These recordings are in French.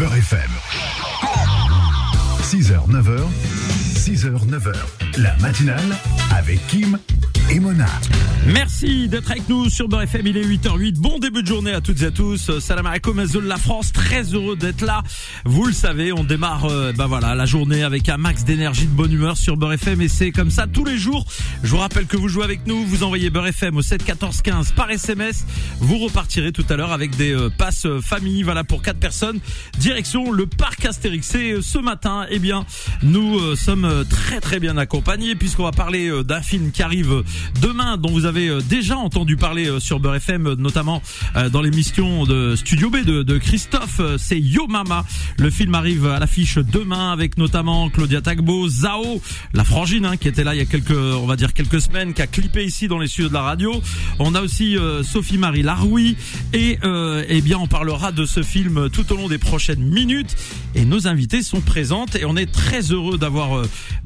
Beurre FM. 6h, 9h, 6h, 9h. La matinale avec Kim et Mona. Merci d'être avec nous sur Beurre FM, il est 8h08. Bon début de journée à toutes et à tous. Salam alaikum, Azul la France, très heureux d'être là. Vous le savez, on démarre la journée avec un max d'énergie, de bonne humeur sur Beurre FM et c'est comme ça tous les jours. Je vous rappelle que vous jouez avec nous, vous envoyez Beurre FM au 7 14 15 par SMS. Vous repartirez tout à l'heure avec des passes famille, pour 4 personnes. Direction le parc Astérix. Et ce matin, nous sommes très très bien accompagnés puisqu'on va parler d'un film qui arrive demain, dont vous avez déjà entendu parler sur Beurre FM, notamment dans l'émission de Studio B de Christophe. C'est Yo Mama. Le film arrive à l'affiche demain avec notamment Claudia Tagbo, Zao, la frangine qui était là il y a quelques semaines, qui a clippé ici dans les studios de la radio. On a aussi Sophie-Marie Laroui et on parlera de ce film tout au long des prochaines minutes et nos invités sont présentes et on est très heureux d'avoir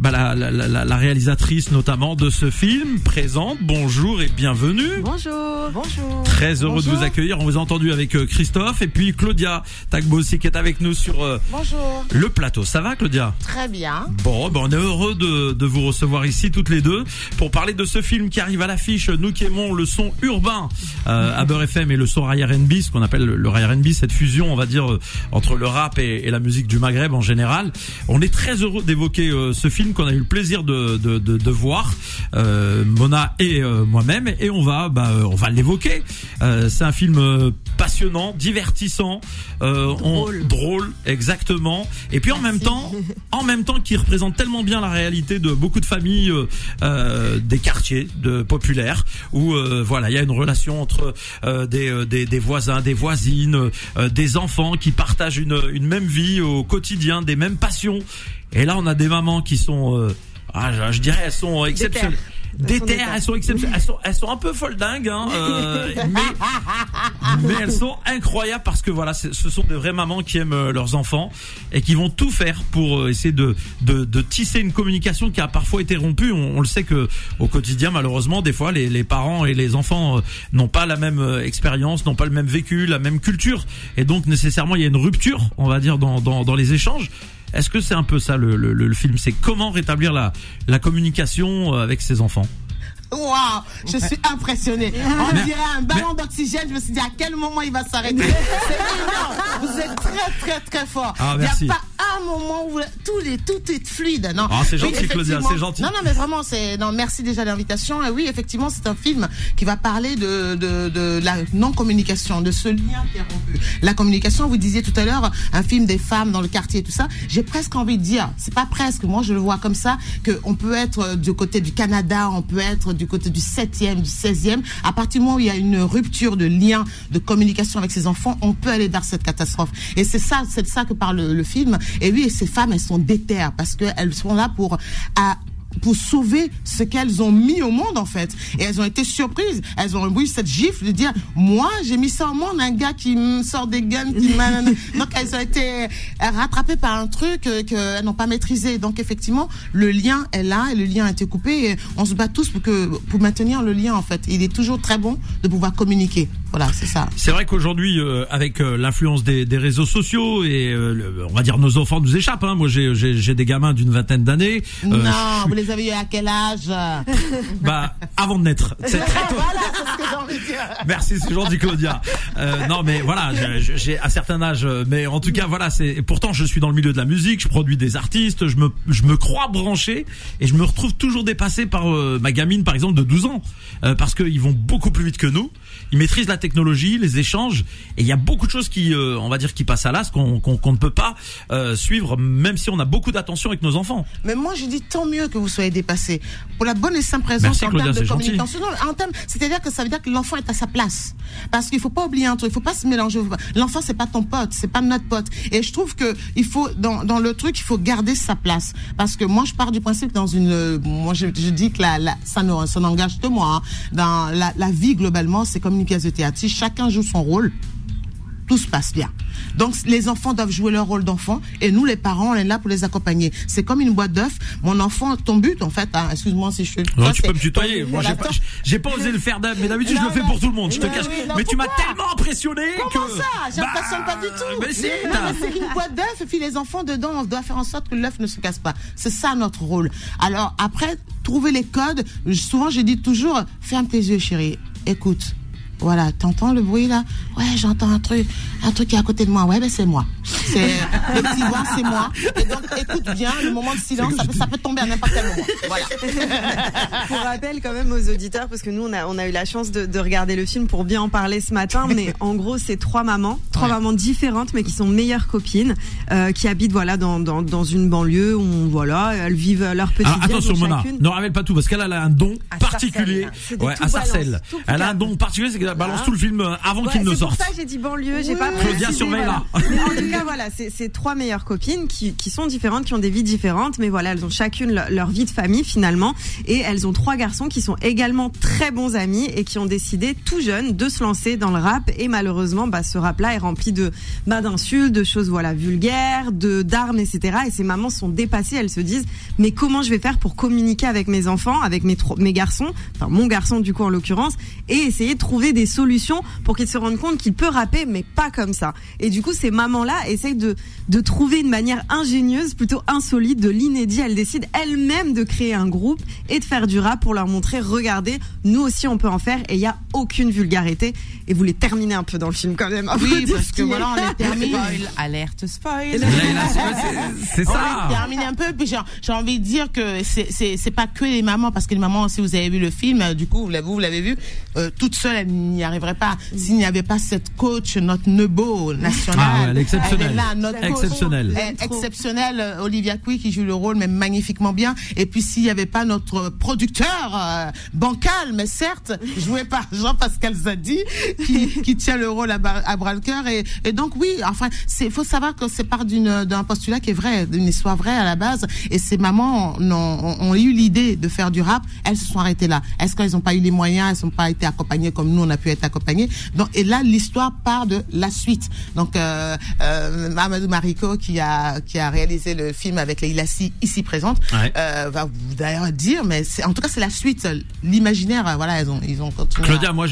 la réalisatrice notamment de ce film présente. Bonjour et bienvenue. Bonjour. Très heureux de vous accueillir. On vous a entendu avec Christophe et puis Claudia Tagbo aussi qui est avec nous sur le plateau. Ça va Claudia ? Très bien. Bon, on est heureux de vous recevoir ici toutes les deux pour parler de ce film qui arrive à l'affiche. Nous qui aimons le son urbain à Beurre FM et le son Rai R&B, ce qu'on appelle le Rai R&B, cette fusion on va dire entre le rap et la musique du Maghreb en général. On est très heureux d'évoquer ce film qu'on a eu le plaisir de voir, Mona et moi-même, et on va l'évoquer. C'est un film passionnant, divertissant, drôle, exactement. Et puis en même temps, qui représente tellement bien la réalité de beaucoup de familles, des quartiers populaires, où il y a une relation entre des voisins, des voisines, des enfants qui partagent une même vie au quotidien, des mêmes passions. Et là, on a des mamans qui sont, je dirais, elles sont exceptionnelles. Elles sont exceptionnelles. Elles sont un peu foldingues, mais elles sont incroyables parce que ce sont des vraies mamans qui aiment leurs enfants et qui vont tout faire pour essayer de tisser une communication qui a parfois été rompue. On le sait que au quotidien, malheureusement, des fois, les parents et les enfants n'ont pas la même expérience, n'ont pas le même vécu, la même culture, et donc nécessairement il y a une rupture, on va dire, dans les échanges. Est-ce que c'est un peu ça le film? C'est comment rétablir la communication avec ses enfants? Waouh, je suis impressionnée. On dirait un ballon d'oxygène. Je me suis dit à quel moment il va s'arrêter. C'est énorme. Vous êtes très très très fort. Il n'y a pas un moment où tout est fluide. Non. C'est gentil, Claudia, c'est gentil. Non, mais vraiment, merci déjà de l'invitation. Et oui, effectivement, c'est un film qui va parler de la non-communication, de ce lien qui est rompu. La communication, vous disiez tout à l'heure, un film des femmes dans le quartier et tout ça. J'ai presque envie de dire, c'est pas presque, moi je le vois comme ça, qu'on peut être du côté du Canada, on peut être du côté du 7e, du 16e. À partir du moment où il y a une rupture de lien, de communication avec ses enfants, on peut aller vers cette catastrophe. Et c'est de ça que parle le film. Et oui, ces femmes, elles sont déterres parce qu'elles sont là pour sauver ce qu'elles ont mis au monde en fait. Et elles ont été surprises. Elles ont eu cette gifle de dire moi j'ai mis ça au monde, un gars qui me sort des guns, donc elles ont été rattrapées par un truc qu'elles n'ont pas maîtrisé. Donc effectivement le lien est là et le lien a été coupé et on se bat tous pour maintenir le lien en fait. Il est toujours très bon de pouvoir communiquer. Voilà, c'est ça. C'est vrai qu'aujourd'hui avec l'influence des réseaux sociaux et on va dire nos enfants nous échappent. Moi j'ai des gamins d'une vingtaine d'années. Vous les avez eu à quel âge? Avant de naître. C'est très tôt. Voilà, c'est ce que j'ai envie de dire. Merci, c'est gentil Claudia. Non mais voilà, j'ai un certain âge, mais en tout cas pourtant je suis dans le milieu de la musique, je produis des artistes, je me crois branché et je me retrouve toujours dépassé par ma gamine par exemple de 12 ans parce qu'ils vont beaucoup plus vite que nous. Ils maîtrisent la technologie, les échanges, et il y a beaucoup de choses qui, on va dire, qui passent à l'as, qu'on ne peut pas suivre, même si on a beaucoup d'attention avec nos enfants. Mais moi, je dis tant mieux que vous soyez dépassés. Pour la bonne et simple raison, en termes de communication. C'est-à-dire que ça veut dire que l'enfant est à sa place. Parce qu'il faut pas oublier un truc, il faut pas se mélanger. L'enfant, c'est pas ton pote, c'est pas notre pote. Et je trouve que il faut, dans le truc, il faut garder sa place. Parce que moi, je pars du principe moi, je dis que ça n'engage que moi. Dans la vie, globalement, c'est comme une pièce de théâtre. Si chacun joue son rôle, tout se passe bien. Donc les enfants doivent jouer leur rôle d'enfant et nous les parents on est là pour les accompagner. C'est comme une boîte d'œufs. Mon enfant, ton but en fait, excuse-moi si je te... Non, tu peux me tutoyer. Moi j'ai pas osé le faire mais d'habitude je le fais pour tout le monde. Je te cache. Mais tu m'as tellement impressionné que... Comment ça? J'impressionne pas du tout. Mais c'est une boîte d'œufs et puis les enfants dedans, on doit faire en sorte que l'œuf ne se casse pas. C'est ça notre rôle. Alors après, trouver les codes. Souvent je dis toujours, ferme tes yeux chérie, écoute. Voilà, t'entends le bruit là? Ouais, j'entends un truc qui est à côté de moi. Ouais, ben c'est moi. C'est le petit voix, c'est moi. Et donc écoute bien, le moment de silence, ça peut tomber à n'importe quel moment. Voilà. Pour rappel quand même aux auditeurs, parce que nous on a eu la chance de regarder le film pour bien en parler ce matin, mais en gros c'est trois mamans différentes, mais qui sont meilleures copines, qui habitent dans une banlieue où voilà, elles vivent leur petite vie. Attention Mona, ne révèle pas tout parce qu'elle a un don particulier. À Sarcelles. Elle a un don particulier, c'est qu'elle balance tout le film avant qu'il ne sorte. C'est pour ça que j'ai dit banlieue, j'ai pas Claudia, surveille-la. Mais en tout cas voilà, c'est trois meilleures copines qui sont différentes, qui ont des vies différentes, mais voilà, elles ont chacune leur vie de famille finalement, et elles ont trois garçons qui sont également très bons amis et qui ont décidé tout jeunes de se lancer dans le rap, et malheureusement ce rap-là est rempli d'insultes, de choses vulgaires, d'armes, etc. Et ces mamans sont dépassées, elles se disent mais comment je vais faire pour communiquer avec mes enfants, avec mes garçons, enfin mon garçon du coup en l'occurrence, et essayer de trouver des solutions pour qu'il se rende compte qu'il peut rapper mais pas comme ça. Et du coup ces mamans-là essayent de trouver une manière ingénieuse, plutôt insolite, de l'inédit. Elles décident elles-mêmes de créer un groupe et de faire du rap pour leur montrer, regardez, nous aussi on peut en faire, et il y a aucune vulgarité. Et vous les terminez un peu dans le film quand même. Oui, parce que voilà, on les termine. Alerte spoil. C'est ça. On les termine un peu, puis j'ai envie de dire que c'est pas que les mamans, parce que les mamans, si vous avez vu le film, du coup vous l'avez vu, toute seule elle n'y arriverait pas. S'il n'y avait pas cette coach, notre Nebo national, elle est exceptionnelle. Elle est là, notre exceptionnelle, Olivia Cui qui joue le rôle mais magnifiquement bien. Et puis s'il n'y avait pas notre producteur bancal, mais certes joué par Jean-Pascal Zadi, qui tient le rôle à bras le cœur, et donc oui, enfin faut savoir que c'est part d'un postulat qui est vrai, d'une histoire vraie à la base, et ces mamans ont eu l'idée de faire du rap, elles se sont arrêtées là. Est-ce qu'elles n'ont pas eu les moyens, elles n'ont pas été accompagnées comme nous on a pu être accompagnés? Donc, et là l'histoire part de la suite. Donc Amadou Mariko qui a réalisé le film avec Leila Si ici présente, va vous d'ailleurs dire, mais en tout cas c'est la suite, l'imaginaire, voilà, ils ont continué. Claudia, moi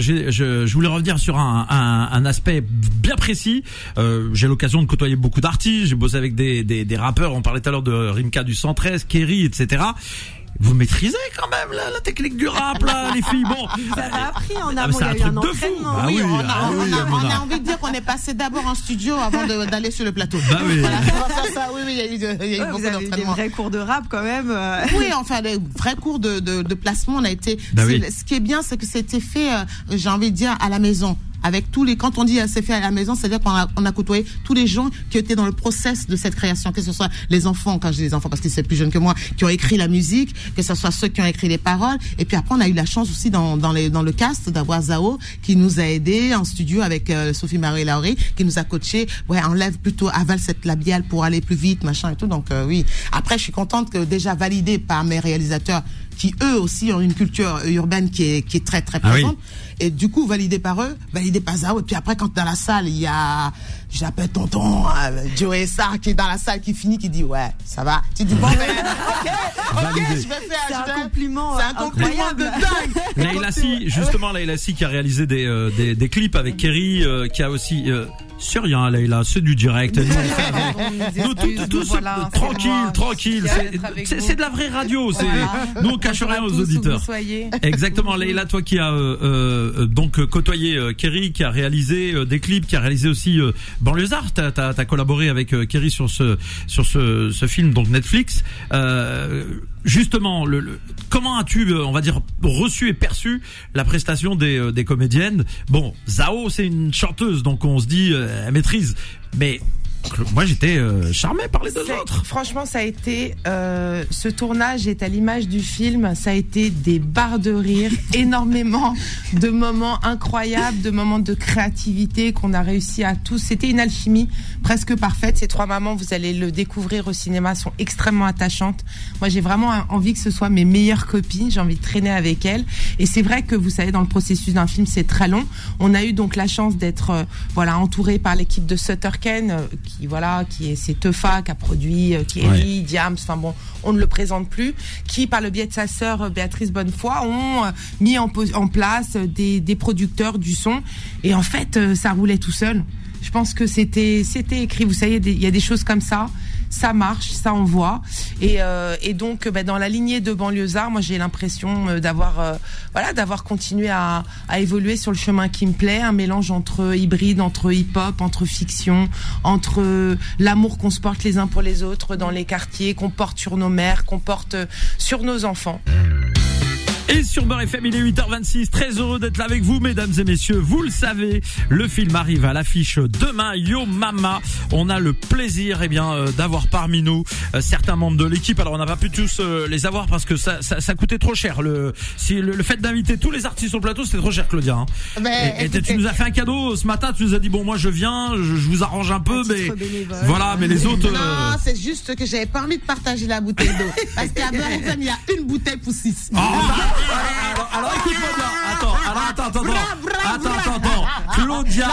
je voulais revenir sur un aspect bien précis. J'ai l'occasion de côtoyer beaucoup d'artistes, j'ai bossé avec des rappeurs, on parlait tout à l'heure de Rimka du 113, Kerry, etc. Vous maîtrisez quand même la technique du rap là, les filles. Bon, vous avez appris en amont, il y a eu un entraînement. Ah oui, on a envie de dire qu'on est passé d'abord en studio avant d'aller sur le plateau. Bah oui. Voilà, oui, il y a eu beaucoup vous avez eu des vrais cours de rap quand même. Oui, enfin des vrais cours de placement. On a été. Ce qui est bien, c'est que c'était fait, j'ai envie de dire, à la maison. Avec quand on dit c'est fait à la maison, c'est-à-dire qu'on a côtoyé tous les gens qui étaient dans le process de cette création, que ce soit les enfants, quand je dis les enfants parce qu'ils sont plus jeunes que moi, qui ont écrit la musique, que ce soit ceux qui ont écrit les paroles, et puis après on a eu la chance aussi dans le cast d'avoir Zao qui nous a aidés en studio avec Sophie Marie Laurie, qui nous a coaché, enlève plutôt, avale cette labiale pour aller plus vite, machin et tout. Donc oui. Après je suis contente que déjà validé par mes réalisateurs qui eux aussi ont une culture urbaine qui est très très présente, et du coup validé par eux, validé par Zao, et puis après quand dans la salle il y a, j'appelle tonton Joey Sarr qui est dans la salle, qui finit, qui dit ouais ça va, tu dis bon ben ok je vais faire, c'est un compliment de dingue. Leila Si qui a réalisé des clips avec Kerry, qui a aussi c'est rien, Leila, c'est du direct. Nous, tranquille. C'est de la vraie radio. Nous, on cache rien aux auditeurs. Exactement, Leila, toi qui as donc côtoyé Kerry, qui a réalisé des clips, qui a réalisé aussi Banlieusard. T'as collaboré avec Kerry sur ce film, donc Netflix. Justement, comment as-tu, on va dire, reçu et perçu la prestation des comédiennes? Bon, Zao, c'est une chanteuse, donc on se dit, elle maîtrise. Mais moi j'étais charmé par les deux autres. Franchement, ça a été ce tournage est à l'image du film. Ça a été des barres de rire, énormément de moments incroyables, de moments de créativité qu'on a réussi à tous. C'était une alchimie presque parfaite. Ces trois mamans, vous allez le découvrir au cinéma, sont extrêmement attachantes. Moi, j'ai vraiment envie que ce soit mes meilleures copines. J'ai envie de traîner avec elles. Et c'est vrai que vous savez, dans le processus d'un film, c'est très long. On a eu donc la chance d'être entouré par l'équipe de Sutter Kane, c'est Teufa qui a produit Thierry, Diams, enfin bon, on ne le présente plus, qui par le biais de sa sœur Béatrice Bonnefoy ont mis en place des producteurs du son, et en fait ça roulait tout seul. Je pense que c'était écrit, vous savez, il y a des choses comme ça marche, ça envoie, et donc dans la lignée de Banlieusards, moi j'ai l'impression d'avoir continué à évoluer sur le chemin qui me plaît, un mélange entre hybride, entre hip-hop, entre fiction, entre l'amour qu'on se porte les uns pour les autres dans les quartiers, qu'on porte sur nos mères, qu'on porte sur nos enfants. Et sur Beurre FM, il est 8h26. Très heureux d'être là avec vous, mesdames et messieurs. Vous le savez, le film arrive à l'affiche demain. Yo Mama. On a le plaisir, d'avoir parmi nous certains membres de l'équipe. Alors, on n'a pas pu tous les avoir parce que ça coûtait trop cher. Le fait d'inviter tous les artistes au plateau, c'était trop cher, Claudia. Hein. Et tu nous as fait un cadeau ce matin. Tu nous as dit, bon, moi, je viens, je vous arrange un peu, mais voilà, mais les autres. Non, c'est juste que j'avais pas envie de partager la bouteille d'eau. Parce qu'à Beurre FM, il y a une bouteille pour 6. Alors écoute-moi bien. Attends. Claudia,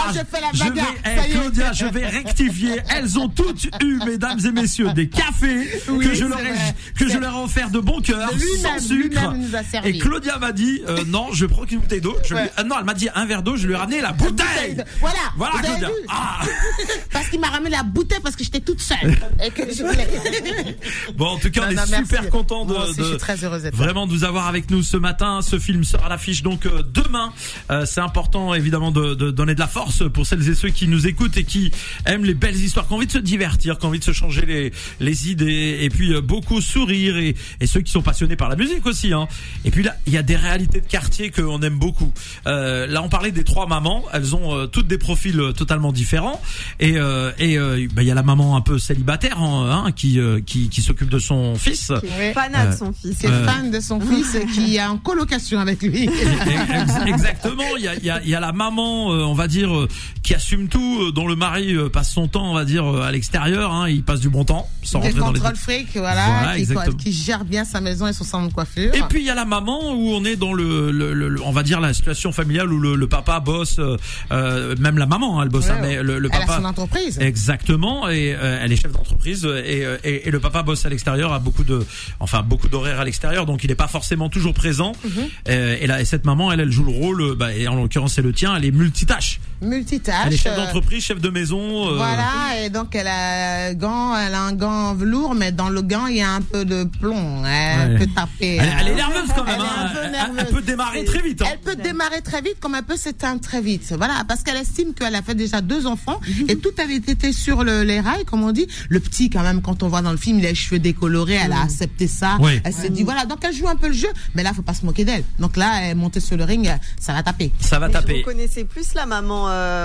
là, je vais rectifier. Elles ont toutes eu, mesdames et messieurs, des cafés que je leur ai offert de bon cœur, sans sucre. Et Claudia m'a dit non, je prends une bouteille d'eau. Non, elle m'a dit un verre d'eau. Je lui ai ramené la bouteille. Voilà Claudia. Parce qu'il m'a ramené la bouteille parce que j'étais toute seule et que je voulais. Bon, en tout cas, on est super contents je suis très heureuse d'être vraiment de vous avoir avec nous ce matin. Ce film sera à l'affiche donc demain. C'est important évidemment de donner de la force pour celles et ceux qui nous écoutent et qui aiment les belles histoires, qui ont envie de se divertir, qui ont envie de se changer les idées, et puis beaucoup sourire, et ceux qui sont passionnés par la musique aussi. Hein. Et puis là, il y a des réalités de quartier qu'on aime beaucoup. Là, on parlait des trois mamans. Elles ont toutes des profils totalement différents. Et il y a la maman un peu célibataire qui s'occupe de son fils. Qui est fanat de son fils. Qui est fan de son fils, qui est en colocation avec lui. Exactement. Il y a la maman, on va dire, qui assume tout, dont le mari passe son temps, on va dire, à l'extérieur. Hein, il passe du bon temps, sans rentrer dans les contrôle fric, qui gère bien sa maison et son salon de coiffure. Et puis il y a la maman où on est dans on va dire la situation familiale où le papa bosse, même la maman, elle bosse, mais le papa. Elle a son entreprise. Exactement, et elle est chef d'entreprise, et le papa bosse à l'extérieur, a beaucoup d'horaires à l'extérieur, donc il n'est pas forcément toujours présent. Et cette maman, elle joue le rôle, et en l'occurrence c'est le tien, elle est multitâche. Elle est chef d'entreprise, chef de maison. Voilà, et donc elle a un gant velours, mais dans le gant il y a un peu de plomb. Elle peut taper. Elle est nerveuse quand même. Elle peut démarrer très vite. Elle peut démarrer très vite, comme elle peut s'éteindre très vite. Voilà, parce qu'elle estime qu'elle a fait déjà 2 enfants et tout avait été sur les rails, comme on dit. Le petit, quand même, quand on voit dans le film, il a les cheveux décolorés, elle a accepté ça. Elle s'est dit voilà, donc elle joue un peu le jeu, mais là faut pas se moquer d'elle. Donc là, elle est montée sur le ring, ça va taper. Je reconnaissais plus la maman.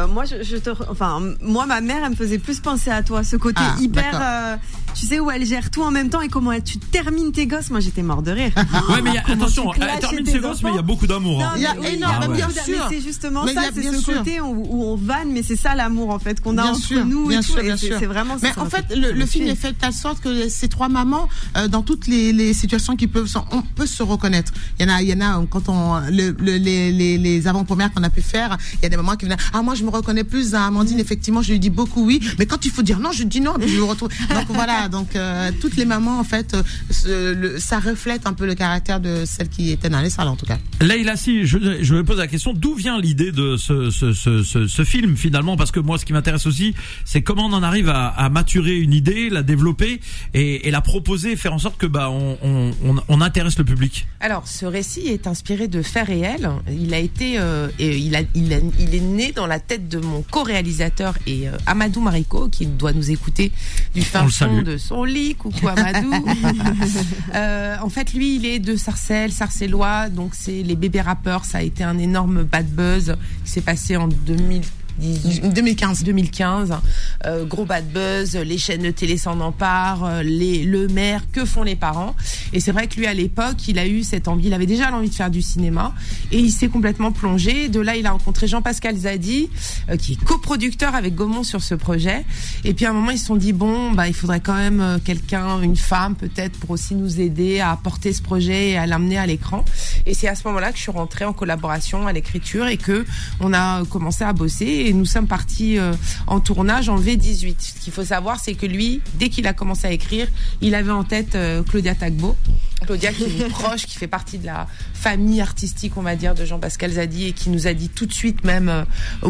Moi, ma mère, elle me faisait plus penser à toi, ce côté hyper, tu sais, où elle gère tout en même temps et comment tu termines tes gosses. Moi, j'étais mort de rire. Ouais, mais attention, elle termine ses gosses, mais il y a beaucoup d'amour. Il y a énormément, bien sûr. Mais c'est justement ça, c'est ce côté où on vanne, mais c'est ça l'amour en fait qu'on a entre nous et tout. C'est vraiment ça. Mais en fait, le film est fait de telle sorte que ces trois mamans, dans toutes les situations on peut se reconnaître. Il y en a quand les avant-premières qu'on a pu faire, il y a des mamans qui viennent, moi je me reconnais plus à Amandine, effectivement, je lui dis beaucoup oui, mais quand il faut dire non, je dis non, puis je me retrouve. Donc voilà, toutes les mamans en fait, ça reflète un peu le caractère de celles qui étaient dans les salles en tout cas. Leïla, si je me pose la question, d'où vient l'idée de ce film finalement, parce que moi ce qui m'intéresse aussi, c'est comment on en arrive à maturer une idée, la développer et la proposer, faire en sorte que on intéresse le public. Alors ce récit est inspiré de faits réels. Il a été il est né dans la tête de mon co-réalisateur et Amadou Mariko, qui doit nous écouter du fin fond de son lit. Coucou Amadou. En fait, lui, il est de Sarcellois, donc c'est les bébés rappeurs. Ça a été un énorme bad buzz qui s'est passé en 2015. Gros bad buzz, les chaînes de télé s'en emparent, le maire, que font les parents? Et c'est vrai que lui, à l'époque, il a eu cette envie, il avait déjà l'envie de faire du cinéma et il s'est complètement plongé. De là, il a rencontré Jean-Pascal Zadi, qui est coproducteur avec Gaumont sur ce projet. Et puis à un moment, ils se sont dit, il faudrait quand même quelqu'un, une femme peut-être, pour aussi nous aider à porter ce projet et à l'amener à l'écran. Et c'est à ce moment-là que je suis rentrée en collaboration à l'écriture et que on a commencé à bosser et nous sommes partis en tournage en V18. Ce qu'il faut savoir, c'est que lui, dès qu'il a commencé à écrire, il avait en tête Claudia Tagbo. Claudia qui est proche, qui fait partie de la famille artistique, on va dire, de Jean-Pascal Zadi et qui nous a dit tout de suite même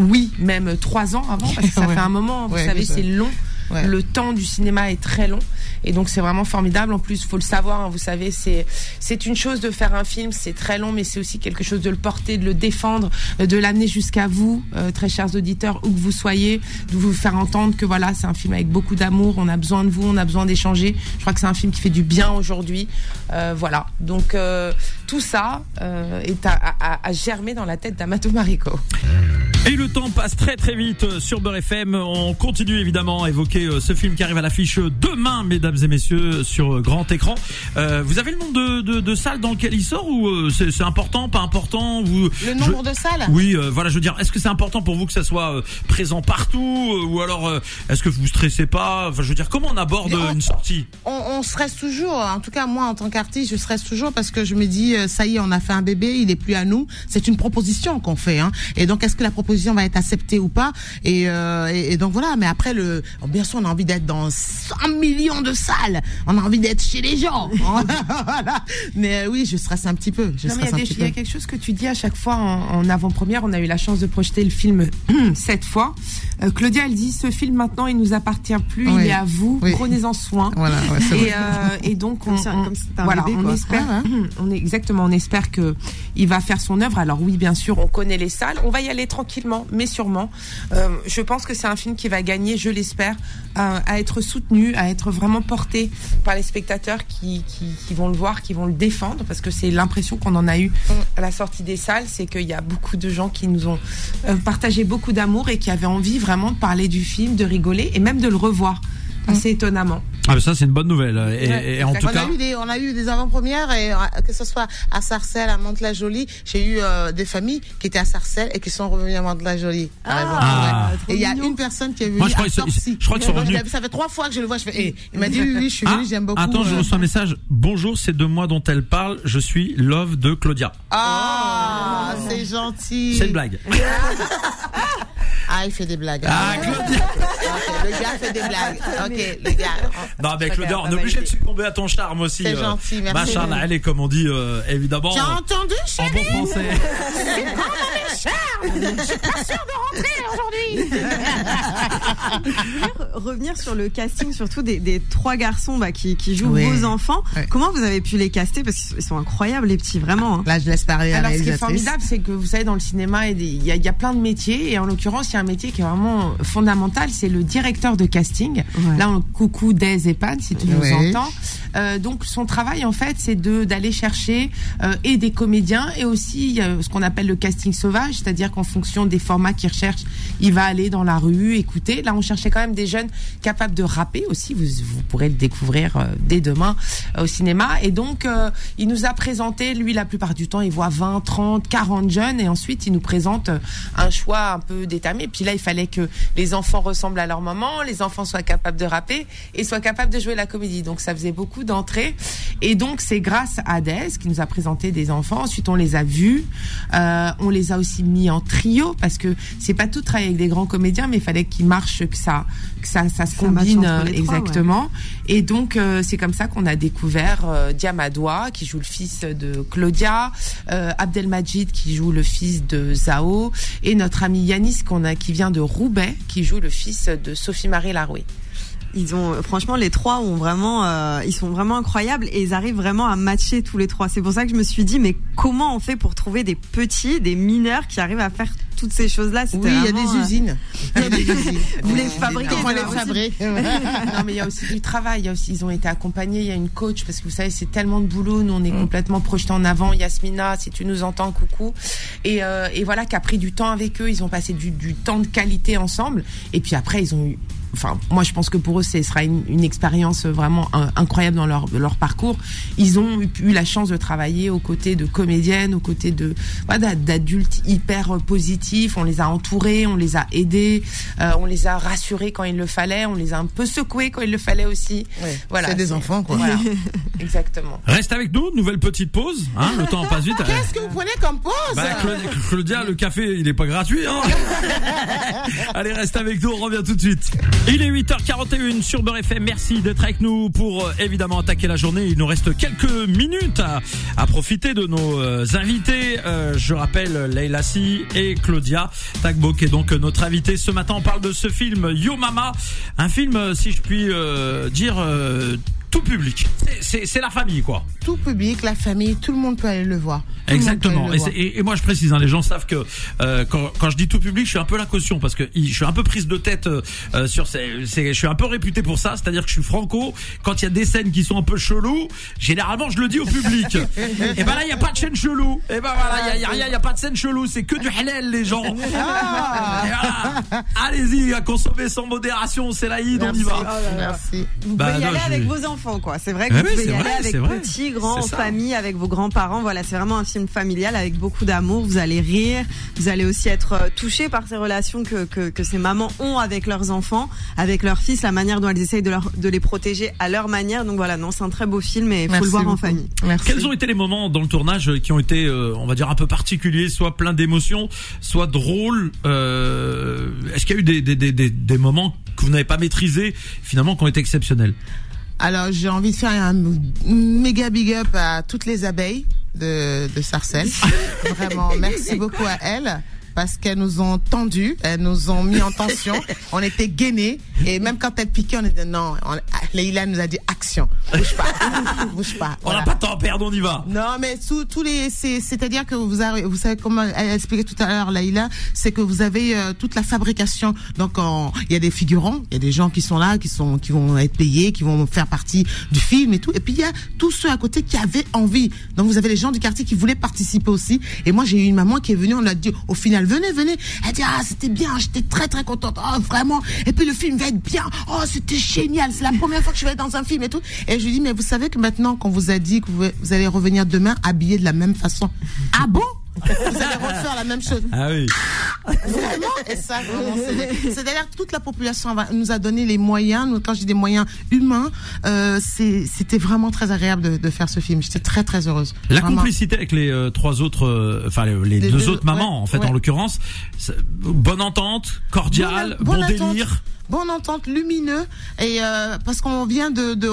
3 ans avant, parce que ça fait un moment, vous savez, c'est long. Ouais. Le temps du cinéma est très long et donc c'est vraiment formidable. En plus, faut le savoir, hein, vous savez, c'est une chose de faire un film, c'est très long, mais c'est aussi quelque chose de le porter, de le défendre, de l'amener jusqu'à vous, très chers auditeurs, où que vous soyez, de vous faire entendre que voilà, c'est un film avec beaucoup d'amour. On a besoin de vous, on a besoin d'échanger. Je crois que c'est un film qui fait du bien aujourd'hui. Voilà. Donc tout ça est à germer dans la tête d'Amato Mariko. Et le temps passe très très vite sur Beurre FM. On continue évidemment à évoquer ce film qui arrive à l'affiche demain, mesdames et messieurs, sur grand écran. Vous avez le nombre de salles dans lequel il sort ou c'est important, pas important? Le nombre de salles? Oui, voilà, je veux dire, est-ce que c'est important pour vous que ça soit présent partout ou alors est-ce que vous stressez pas? Enfin, je veux dire, comment on aborde une sortie? On stresse toujours. En tout cas, moi, en tant qu'artiste, je stresse toujours parce que je me dis, ça y est, on a fait un bébé, il est plus à nous. C'est une proposition qu'on fait, hein. Et donc, est-ce que la proposition va être acceptée ou pas? Et donc voilà. Mais après, bien sûr, on a envie d'être dans 100 millions de salles. On a envie d'être chez les gens. Voilà. Mais oui, je stresse un petit peu. Il y a quelque chose que tu dis à chaque fois en avant-première. On a eu la chance de projeter le film 7 fois. Claudia, elle dit, ce film maintenant, il nous appartient plus. Oui. Il est à vous. Oui. Prenez-en soin. Voilà. Et donc, on espère. On espère que il va faire son œuvre. Alors oui, bien sûr, on connaît les salles. On va y aller tranquillement, mais sûrement. Je pense que c'est un film qui va gagner, je l'espère, à être soutenu, à être vraiment porté par les spectateurs qui vont le voir, qui vont le défendre, parce que c'est l'impression qu'on en a eu à la sortie des salles, c'est qu'il y a beaucoup de gens qui nous ont partagé beaucoup d'amour et qui avaient envie vraiment de parler du film, de rigoler et même de le revoir assez étonnamment. Ah, ça c'est une bonne nouvelle. Et en tout cas, on a eu des avant-premières, et que ce soit à Sarcelles, à Mantes-la-Jolie, j'ai eu des familles qui étaient à Sarcelles et qui sont revenues à Mantes-la-Jolie. Et il y a une personne qui est venue à Torcy. Je crois qu'ils sont revenus. Ça fait 3 fois que je le vois. Il m'a dit oui, je suis venu, j'aime beaucoup. Attends, je reçois un message. Bonjour, c'est de moi dont elle parle. Je suis love de Claudia. C'est gentil. C'est une blague. Il fait des blagues. Claudia. Le gars fait des blagues. Ok, les gars. Non, mais Claudia, on est obligé de succomber à ton charme aussi. C'est gentil, merci. Machin, elle est, comme on dit, évidemment. J'ai entendu, chérie. En bon français. C'est vraiment mes charmes. Je suis pas sûre de rentrer aujourd'hui. Revenir sur le casting, surtout des 3 garçons qui jouent vos enfants. Ouais. Comment vous avez pu les caster? Parce qu'ils sont incroyables, les petits, vraiment. Hein. Là, je laisse parler à la réalisatrice. Alors, ce qui est formidable, c'est que vous savez, dans le cinéma, il y a plein de métiers. Et en l'occurrence, il y a un métier qui est vraiment fondamental, c'est le directeur de casting. Ouais. Là, coucou Dez et Pan, si tu nous entends. Donc, son travail, en fait, c'est d'aller chercher et des comédiens et aussi ce qu'on appelle le casting sauvage, c'est-à-dire qu'en fonction des formats qu'il recherche, il va aller dans la rue, écouter. Là, on cherchait quand même des jeunes capables de rapper aussi. Vous pourrez le découvrir dès demain au cinéma. Et donc, il nous a présenté, lui, la plupart du temps, il voit 20, 30, 40 jeunes et ensuite, il nous présente un choix un peu déterminé. Puis là, il fallait que les enfants ressemblent à leur maman, les enfants soient capables de rapper et soient capables de jouer la comédie. Donc, ça faisait beaucoup d'entrées. Et donc, c'est grâce à Dez qui nous a présenté des enfants. Ensuite, on les a vus. On les a aussi mis en trio parce que c'est pas tout travailler avec des grands comédiens, mais il fallait qu'ils marchent, que ça se combine exactement. Ouais. Et donc, c'est comme ça qu'on a découvert Diamadoua qui joue le fils de Claudia, Abdelmajid qui joue le fils de Zao et notre ami Yanis qui vient de Roubaix qui joue le fils de Sophie-Marie Laroué. Franchement, les 3 ils sont vraiment incroyables et ils arrivent vraiment à matcher tous les 3. C'est pour ça que je me suis dit, mais comment on fait pour trouver des petits, des mineurs qui arrivent à faire toutes ces choses-là. Oui, il y a des usines. Vous les fabriquez. On les fabrique. Non, mais il y a aussi du travail. Ils ont été accompagnés. Il y a une coach parce que vous savez, c'est tellement de boulot. Nous, on est complètement projetés en avant. Yasmina, si tu nous entends, coucou. Et voilà, qui a pris du temps avec eux. Ils ont passé du temps de qualité ensemble. Et puis après, ils ont eu. Enfin, moi, je pense que pour eux, ce sera une expérience vraiment incroyable dans leur parcours. Ils ont eu la chance de travailler aux côtés de comédiennes, aux côtés d'adultes hyper positifs. On les a entourés, on les a aidés, on les a rassurés quand il le fallait, on les a un peu secoués quand il le fallait aussi. Ouais, voilà, c'est des enfants, quoi. Voilà, exactement. Reste avec nous, nouvelle petite pause. Hein, le temps passe vite. Qu'est-ce que vous prenez comme pause? Claudia, le café, il est pas gratuit. Hein. Allez, reste avec nous, on revient tout de suite. Il est 8h41 sur Beurre FM. Merci d'être avec nous pour évidemment attaquer la journée. Il nous reste quelques minutes à profiter de nos invités. Je rappelle Leila Si et Claudia Tagbo qui est donc notre invité. Ce matin, on parle de ce film Yo Mama, un film, si je puis dire, tout public. C'est la famille, quoi. Tout public, la famille, tout le monde peut aller le voir. Exactement. Et moi je précise, les gens savent que quand je dis tout public, je suis un peu la caution parce que je suis un peu prise de tête sur je suis un peu réputé pour ça, c'est-à-dire que je suis franco. Quand il y a des scènes qui sont un peu cheloues, généralement je le dis au public. Et ben là il y a pas de scène chelou. Et ben voilà, il y a rien, il y a pas de scène chelou, c'est que du halal les gens. Et voilà. Allez-y, à consommer sans modération, c'est l'Aïd, on y va. Merci. Vous pouvez y aller avec vos enfants, quoi. C'est vrai que vous pouvez y aller avec petits, grands, en famille, avec vos grands-parents. Voilà, c'est vraiment un film familial avec beaucoup d'amour. Vous allez rire, vous allez aussi être touchés par ces relations que ces mamans ont avec leurs enfants, avec leurs fils, la manière dont elles essayent de les protéger à leur manière. Donc voilà, non, c'est un très beau film et il faut le voir en famille. Merci. Quels ont été les moments dans le tournage qui ont été, on va dire, un peu particuliers, soit plein d'émotions, soit drôles? Est-ce qu'il y a eu des moments que vous n'avez pas maîtrisés, finalement, qui ont été exceptionnels? Alors, j'ai envie de faire un méga big up à toutes les abeilles de Sarcelles. Vraiment, merci beaucoup à elles. Parce qu'elles nous ont tendues, elles nous ont mis en tension, on était gainés, et même quand elles piquaient, on était non, Leïla nous a dit action, bouge pas. On n'a pas de temps à perdre, on y va. Non, mais c'est-à-dire que vous savez comment elle expliquait tout à l'heure, Leïla, c'est que vous avez toute la fabrication. Donc il y a des figurants, il y a des gens qui sont là, qui vont être payés, qui vont faire partie du film et tout, et puis il y a tous ceux à côté qui avaient envie. Donc vous avez les gens du quartier qui voulaient participer aussi. Et moi j'ai eu une maman qui est venue, on a dit au final venez. Elle dit c'était bien, j'étais très très contente. Oh vraiment. Et puis le film va être bien. Oh c'était génial. C'est la première fois que je vais dans un film et tout. Et je lui dis mais vous savez que maintenant qu'on vous a dit que vous allez revenir demain habillé de la même façon. Ah bon? Vous allez refaire la même chose. Ah oui. Vraiment. Et ça, vraiment, c'est-à-dire que toute la population nous a donné les moyens. Quand je dis des moyens humains, c'était vraiment très agréable de faire ce film. J'étais très très heureuse. La vraiment. Complicité avec les trois autres, enfin les deux autres mamans, en fait, en l'occurrence, bonne entente, cordiale, bon délire. Bonne entente, lumineux, et parce qu'on vient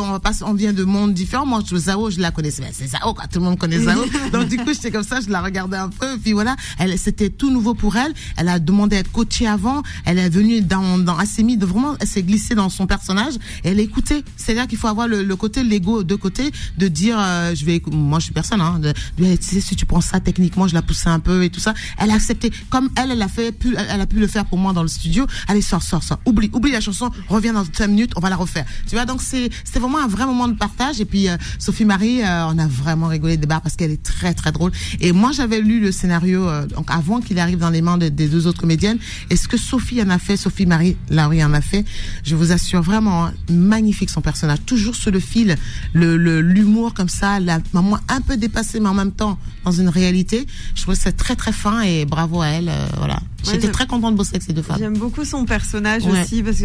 on vient de mondes différents. Moi, Zao, je la connaissais, c'est Zao, quoi. Tout le monde connaît Zao. Donc du coup, j'étais comme ça, je la regardais un peu, et puis voilà, c'était tout nouveau pour elle. Elle a demandé à être coachée avant. Elle est venue dans Assemi, vraiment, elle s'est glissée dans son personnage. Et elle écoutait. C'est-à-dire qu'il faut avoir le côté l'ego de côté, de dire, moi, je suis personne, hein, tu sais, si tu prends ça techniquement, je la poussais un peu et tout ça. Elle a accepté, comme elle a pu le faire pour moi dans le studio. Allez, sors, oublie la chanson, reviens dans 5 minutes, on va la refaire. Tu vois, donc c'était vraiment un vrai moment de partage. Et puis Sophie Marie, on a vraiment rigolé des barres parce qu'elle est très très drôle. Et moi j'avais lu le scénario donc avant qu'il arrive dans les mains des deux autres comédiennes. Et ce que Sophie en a fait, Sophie Marie Laurie en a fait, je vous assure vraiment magnifique son personnage. Toujours sur le fil, l'humour comme ça, la maman un peu dépassée mais en même temps dans une réalité. Je trouve que c'est très très fin et bravo à elle. Voilà. J'étais très contente de bosser avec ces deux femmes. J'aime beaucoup son personnage aussi parce que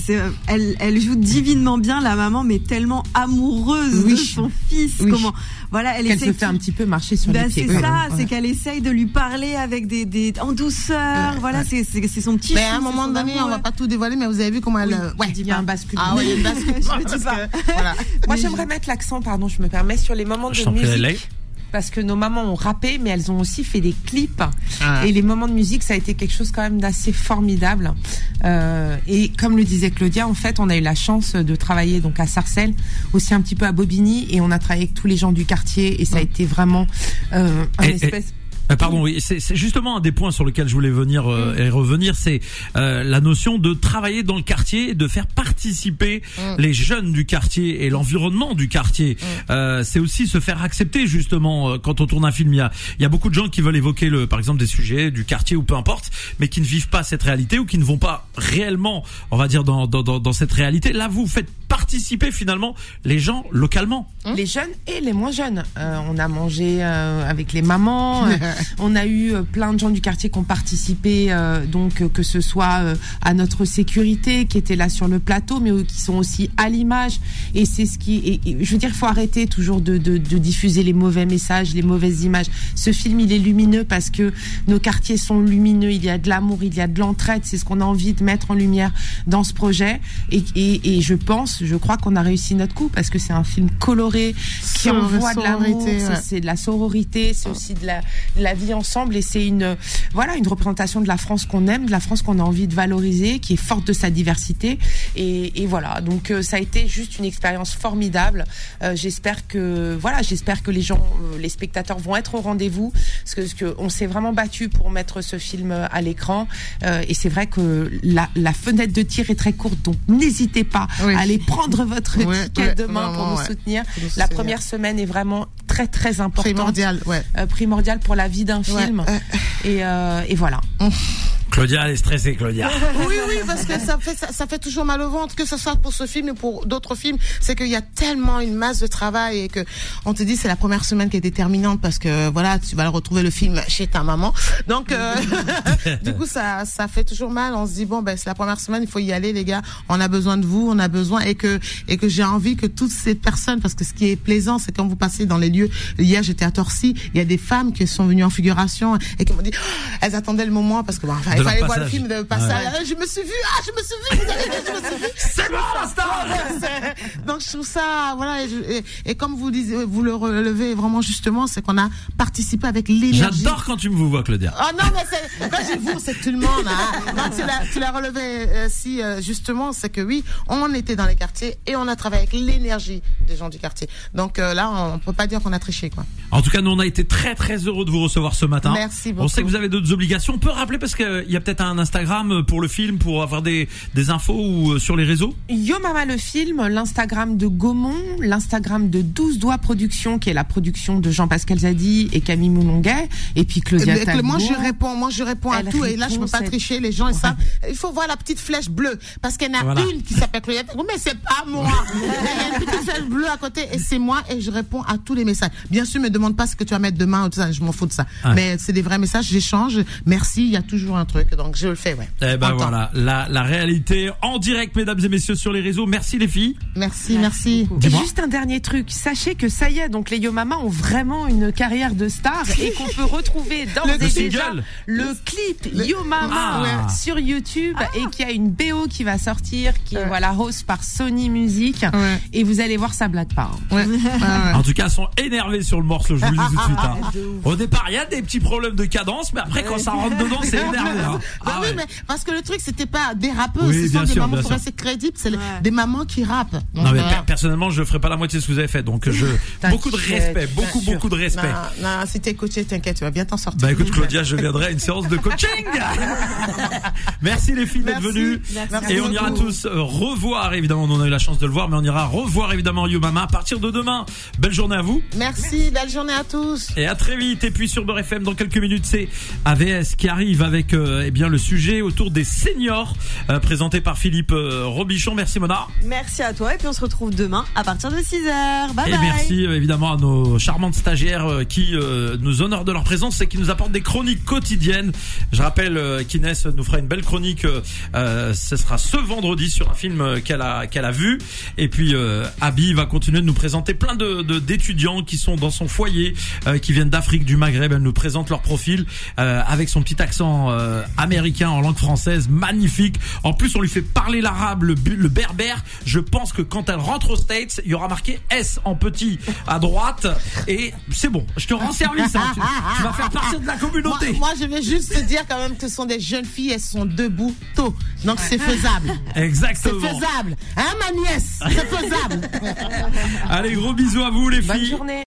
elle joue divinement bien la maman, mais tellement amoureuse de son fils. Oui. Comment, voilà, qu'elle se fait un petit peu marcher sur les pieds. C'est ça, c'est qu'elle essaye de lui parler avec en douceur. Voilà, c'est son petit. Mais à un moment donné, on va pas tout dévoiler, mais vous avez vu comment elle. Il y a un basculement. Ah oui, il y a un basculement. Je dis pas. Voilà. Moi, j'aimerais mettre l'accent, pardon, je me permets, sur les moments de musique. Parce que nos mamans ont rappé, mais elles ont aussi fait des clips. Et les moments de musique, ça a été quelque chose quand même d'assez formidable. Et comme le disait Claudia, en fait, on a eu la chance de travailler donc à Sarcelles, aussi un petit peu à Bobigny, et on a travaillé avec tous les gens du quartier, et ça a été vraiment un espèce. Pardon, oui, c'est justement un des points sur lesquels je voulais venir et revenir, c'est la notion de travailler dans le quartier, de faire participer les jeunes du quartier et l'environnement du quartier. C'est aussi se faire accepter justement quand on tourne un film. Il y a beaucoup de gens qui veulent évoquer par exemple des sujets du quartier ou peu importe, mais qui ne vivent pas cette réalité ou qui ne vont pas réellement, on va dire dans cette réalité. Là, vous faites participer finalement les gens localement. Les jeunes et les moins jeunes. On a mangé avec les mamans. On a eu plein de gens du quartier qui ont participé, donc que ce soit à notre sécurité qui était là sur le plateau, mais qui sont aussi à l'image. Et c'est ce qui. Et je veux dire, il faut arrêter toujours de diffuser les mauvais messages, les mauvaises images. Ce film, il est lumineux parce que nos quartiers sont lumineux. Il y a de l'amour, il y a de l'entraide. C'est ce qu'on a envie de mettre en lumière dans ce projet. Et je crois qu'on a réussi notre coup parce que c'est un film coloré qui envoie de l'amour, c'est de la sororité, c'est aussi de la vie ensemble et c'est une représentation de la France qu'on aime, de la France qu'on a envie de valoriser, qui est forte de sa diversité et voilà. Donc ça a été juste une expérience formidable. J'espère que les gens, les spectateurs vont être au rendez-vous parce que on s'est vraiment battu pour mettre ce film à l'écran et c'est vrai que la fenêtre de tir est très courte, donc n'hésitez pas à aller prendre votre ticket demain pour nous soutenir. La première semaine est vraiment très très importante. Primordiale pour la vie d'un film. Et voilà. Claudia, elle est stressée, Claudia. Oui, parce que ça fait toujours mal au ventre, que ce soit pour ce film et pour d'autres films. C'est qu'il y a tellement une masse de travail et que on te dit c'est la première semaine qui est déterminante parce que voilà, tu vas retrouver le film chez ta maman. Donc, du coup, ça fait toujours mal. On se dit bon, c'est la première semaine, il faut y aller, les gars. On a besoin de vous, on a besoin et que j'ai envie que toutes ces personnes, parce que ce qui est plaisant, c'est quand vous passez dans les lieux. Hier, j'étais à Torcy, il y a des femmes qui sont venues en figuration et qui m'ont dit, elles attendaient le moment parce que il fallait voir le film de passage. Je me suis vue, c'est bon, Star. Donc je trouve ça, voilà, et comme vous vous le relevez vraiment justement, c'est qu'on a participé avec l'énergie. J'adore quand tu me vois, Claudia. Oh non, mais quand j'ai vous, c'est tout le monde. Quand tu l'as relevé, justement, c'est que oui, on était dans les quartiers et on a travaillé avec l'énergie des gens du quartier. Donc là, on peut pas dire qu'on a triché, quoi. En tout cas, nous on a été très très heureux de vous recevoir ce matin. Merci beaucoup. On sait que vous avez d'autres obligations. On peut rappeler parce que il y a peut-être un Instagram pour le film, pour avoir des infos ou sur les réseaux. Yo Mama le film, l'Instagram de Gaumont, l'Instagram de 12 Doigts Productions, qui est la production de Jean-Pascal Zadi et Camille Moulonguet, et puis Claudia Talbot. Moi je réponds à tout et là je peux pas tricher, les gens ils savent. Il faut voir la petite flèche bleue parce qu'il y en a une qui s'appelle Claudia Talbot, mais c'est pas moi. Il y a une petite flèche bleue à côté et c'est moi et je réponds à tous les messages. Bien sûr, me demande pas ce que tu vas mettre demain ou tout ça, je m'en fous de ça. Mais c'est des vrais messages, j'échange. Merci, il y a toujours un truc, donc je le fais, ouais. Eh ben voilà, la réalité en direct, mesdames et messieurs, sur les réseaux. Merci les filles. Merci. Et juste un dernier truc, sachez que ça y est, donc les Yo Mama ont vraiment une carrière de star et qu'on peut retrouver d'ores et déjà le clip Yo Mama sur YouTube et qu'il y a une BO qui va sortir, qui est host par Sony Music et vous allez voir, ça blague pas. En tout cas, elles sont énervées sur le morceau, je vous le dis tout de suite. Au départ, il y a des petits problèmes de cadence, mais après quand ça rentre dedans, c'est énervé. Oui, mais parce que le truc, c'était pas des rappeuses, ce sont des mamans pour rester crédibles, c'est des mamans qui rappent. Donc, non, mais personnellement, je ferai pas la moitié de ce que vous avez fait, donc beaucoup de respect, beaucoup de respect. Non, si t'es coaché, t'inquiète, tu vas bien t'en sortir. Bah écoute, Claudia, je viendrai à une séance de coaching. Merci les filles d'être venues. Merci et on ira tous revoir, évidemment, on a eu la chance de le voir, mais on ira revoir évidemment Yo Mama à partir de demain. Belle journée à vous. Merci, belle journée à tous. Et à très vite. Et puis sur Beurre FM, dans quelques minutes, c'est AVS qui arrive avec le sujet autour des seniors, présenté par Philippe Robichon. Merci Mona. Merci à toi et puis on se retrouve demain à partir de 6h. Bye bye. Et merci évidemment à nos charmantes stagiaires qui nous honorent de leur présence et qui nous apportent des chroniques quotidiennes. Je rappelle qu'Inès nous fera une belle chronique, ce sera ce vendredi sur un film qu'elle a vu. Et puis Abby va continuer de nous présenter plein d'étudiants qui sont dans son foyer, qui viennent d'Afrique, du Maghreb. Elle nous présente leur profil avec son petit accent américain en langue française, magnifique. En plus, on lui fait parler l'arabe, le berbère. Je pense que quand elle rentre aux States, il y aura marqué S en petit à droite et c'est bon. Je te rends service. Hein. Tu vas faire partie de la communauté. Moi, je vais juste te dire quand même que ce sont des jeunes filles, elles sont debout tôt. Donc c'est faisable. Exactement. C'est faisable. Hein, ma nièce? C'est faisable. Allez, gros bisous à vous les filles. Bonne journée.